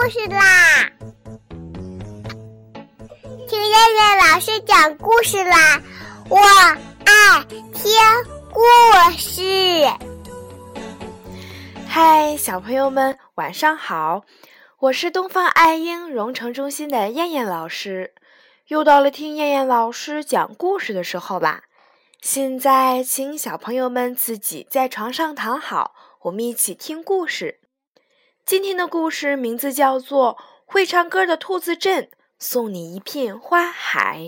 事啦！听燕燕老师讲故事啦！我爱听故事。 嗨，小朋友们，晚上好！我是东方爱婴蓉城中心的燕燕老师，又到了听燕燕老师讲故事的时候啦。现在，请小朋友们自己在床上躺好，我们一起听故事。今天的故事名字叫做《会唱歌的兔子镇送你一片花海》。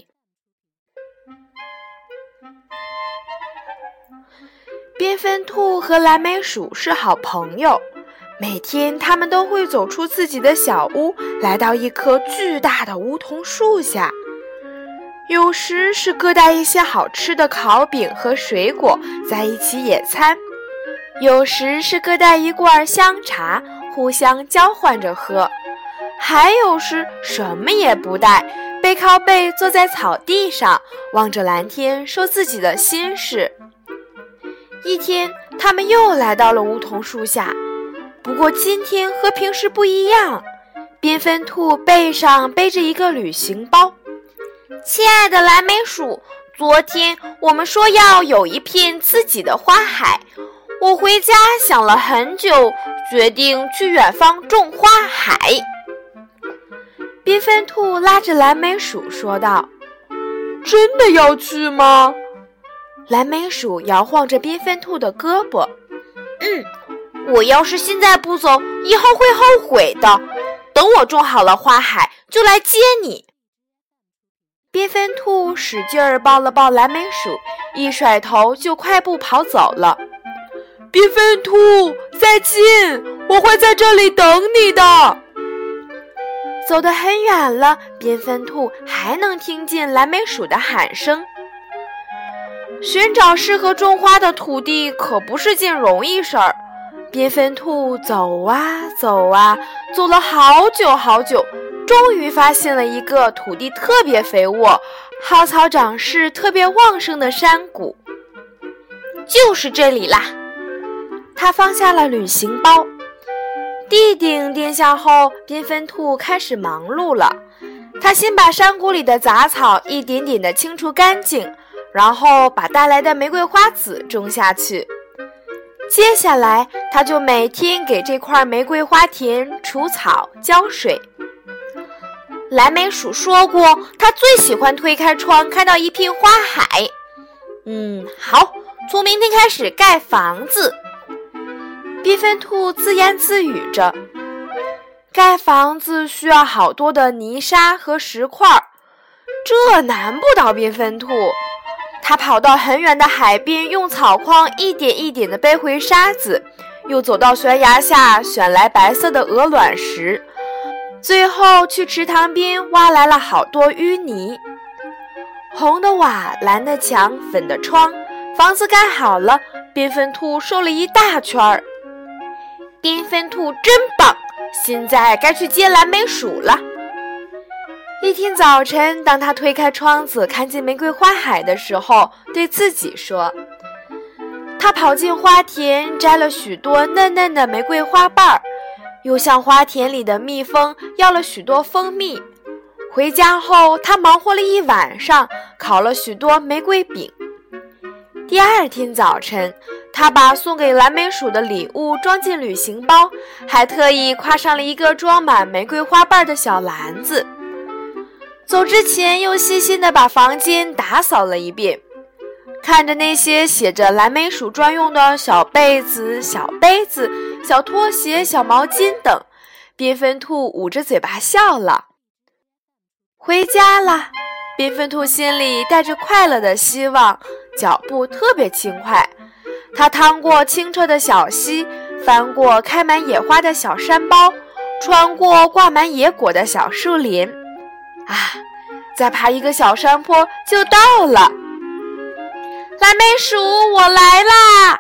缤纷兔和蓝莓鼠是好朋友，每天他们都会走出自己的小屋，来到一棵巨大的梧桐树下。有时是各带一些好吃的烤饼和水果在一起野餐，有时是各带一罐香茶互相交换着喝，还有时什么也不带，背靠背坐在草地上，望着蓝天说自己的心事。一天，他们又来到了梧桐树下，不过今天和平时不一样，缤纷兔背上背着一个旅行包。亲爱的蓝莓鼠，昨天我们说要有一片自己的花海，我回家想了很久，决定去远方种花海。缤纷兔拉着蓝莓鼠说道：真的要去吗？蓝莓鼠摇晃着缤纷兔的胳膊。我要是现在不走，以后会后悔的。等我种好了花海，就来接你。缤纷兔使劲儿抱了抱蓝莓鼠，一甩头就快步跑走了。缤纷兔，再见，我会在这里等你的。走得很远了，缤纷兔还能听见蓝莓鼠的喊声。寻找适合种花的土地可不是件容易事儿。缤纷兔走啊走啊，走了好久好久，终于发现了一个土地特别肥沃、蒿草长势特别旺盛的山谷。就是这里啦！他放下了旅行包，地顶垫下后，缤纷兔开始忙碌了。他先把山谷里的杂草一点点地清除干净，然后把带来的玫瑰花籽种下去。接下来，他就每天给这块玫瑰花田除草、浇水。蓝莓鼠说过，他最喜欢推开窗看到一片花海。好，从明天开始盖房子。缤纷兔自言自语着。盖房子需要好多的泥沙和石块，这难不倒缤纷兔。他跑到很远的海边，用草筐一点一点地背回沙子，又走到悬崖下选来白色的鹅卵石，最后去池塘边挖来了好多淤泥。红的瓦，蓝的墙，粉的窗，房子盖好了，缤纷兔瘦了一大圈儿。缤纷兔真棒，现在该去接蓝莓鼠了。一天早晨，当他推开窗子看见玫瑰花海的时候，对自己说，他跑进花田，摘了许多嫩嫩的玫瑰花瓣，又向花田里的蜜蜂要了许多蜂蜜。回家后，他忙活了一晚上，烤了许多玫瑰饼。第二天早晨，他把送给蓝莓鼠的礼物装进旅行包，还特意挎上了一个装满玫瑰花瓣的小篮子。走之前，又细心地把房间打扫了一遍。看着那些写着蓝莓鼠专用的小被子、小杯子、小拖鞋、小毛巾等，缤纷兔捂着嘴巴笑了。回家了，缤纷兔心里带着快乐的希望，脚步特别轻快。它趟过清澈的小溪，翻过开满野花的小山包，穿过挂满野果的小树林。再爬一个小山坡就到了。蓝莓鼠，我来啦！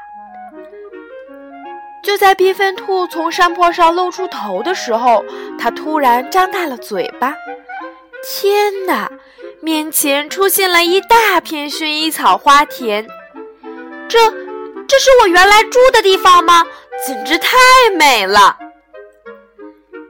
就在缤纷兔从山坡上露出头的时候，它突然张大了嘴巴。天哪！面前出现了一大片薰衣草花田。这是我原来住的地方吗？简直太美了！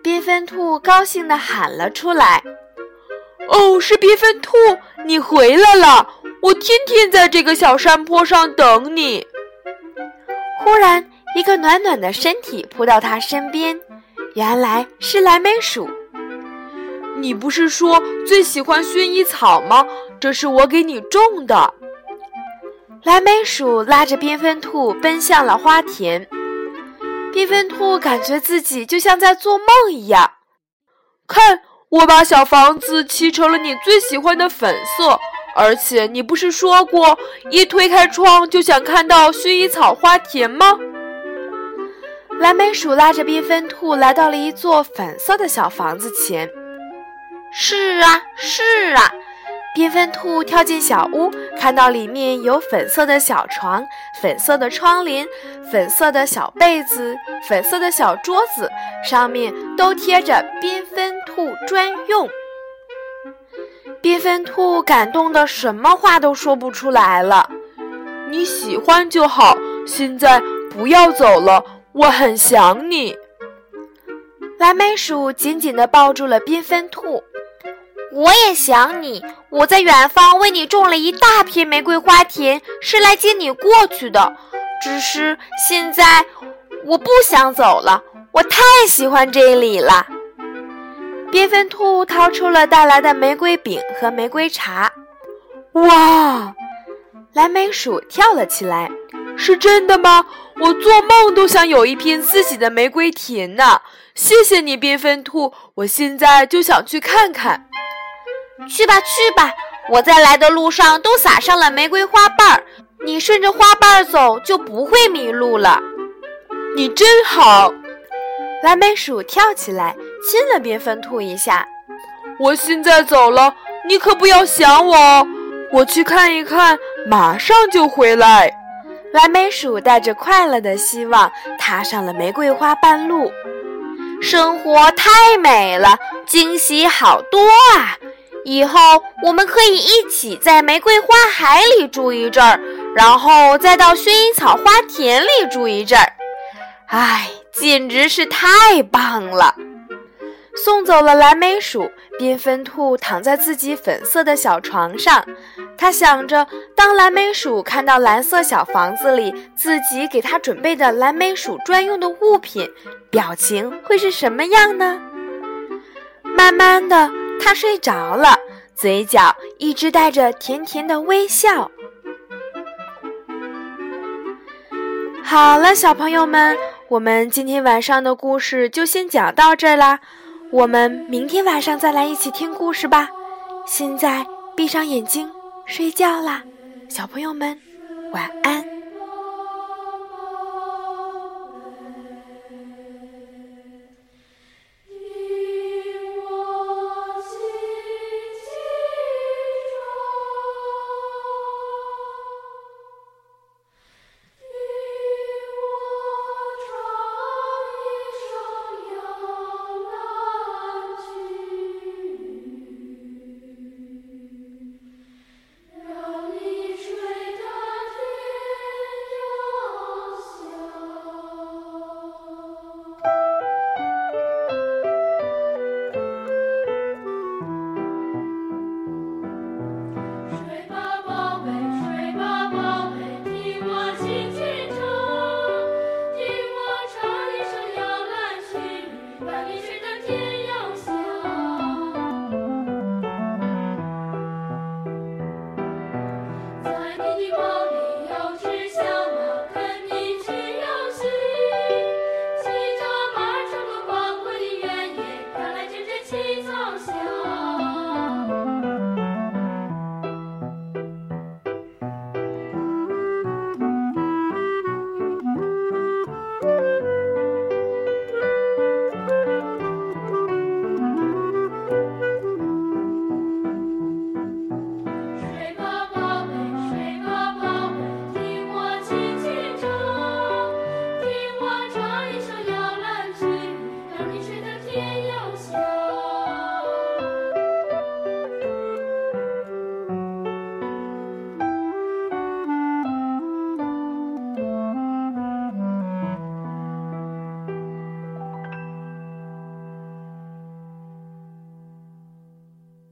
缤纷兔高兴地喊了出来：“哦，是缤纷兔，你回来了！我天天在这个小山坡上等你。”忽然，一个暖暖的身体扑到他身边，原来是蓝莓鼠。“你不是说最喜欢薰衣草吗？这是我给你种的。”蓝莓鼠拉着缤纷兔奔向了花田。缤纷兔感觉自己就像在做梦一样。看，我把小房子漆成了你最喜欢的粉色，而且你不是说过，一推开窗就想看到薰衣草花田吗？蓝莓鼠拉着缤纷兔来到了一座粉色的小房子前。是啊，是啊。缤纷兔跳进小屋，看到里面有粉色的小床、粉色的窗帘、粉色的小被子、粉色的小桌子，上面都贴着缤纷兔专用。缤纷兔感动得什么话都说不出来了。“你喜欢就好，现在不要走了，我很想你。”蓝莓鼠紧紧地抱住了缤纷兔。“我也想你，我在远方为你种了一大片玫瑰花田，是来接你过去的。只是现在我不想走了，我太喜欢这里了。”缤纷兔掏出了带来的玫瑰饼和玫瑰茶。“哇！”蓝莓鼠跳了起来。“是真的吗？我做梦都想有一片自己的玫瑰田呢。谢谢你，缤纷兔，我现在就想去看看。”“去吧去吧，我在来的路上都撒上了玫瑰花瓣，你顺着花瓣走就不会迷路了。”“你真好。”蓝莓鼠跳起来亲了缤纷兔一下。“我现在走了，你可不要想我哦，我去看一看，马上就回来。”蓝莓鼠带着快乐的希望踏上了玫瑰花瓣路。生活太美了，惊喜好多啊！以后我们可以一起在玫瑰花海里住一阵儿，然后再到薰衣草花田里住一阵儿。哎，简直是太棒了！送走了蓝莓鼠，缤纷兔躺在自己粉色的小床上。他想着，当蓝莓鼠看到蓝色小房子里自己给他准备的蓝莓鼠专用的物品，表情会是什么样呢？慢慢的，他睡着了，嘴角一直带着甜甜的微笑。好了，小朋友们，我们今天晚上的故事就先讲到这儿啦。我们明天晚上再来一起听故事吧。现在闭上眼睛睡觉啦，小朋友们晚安。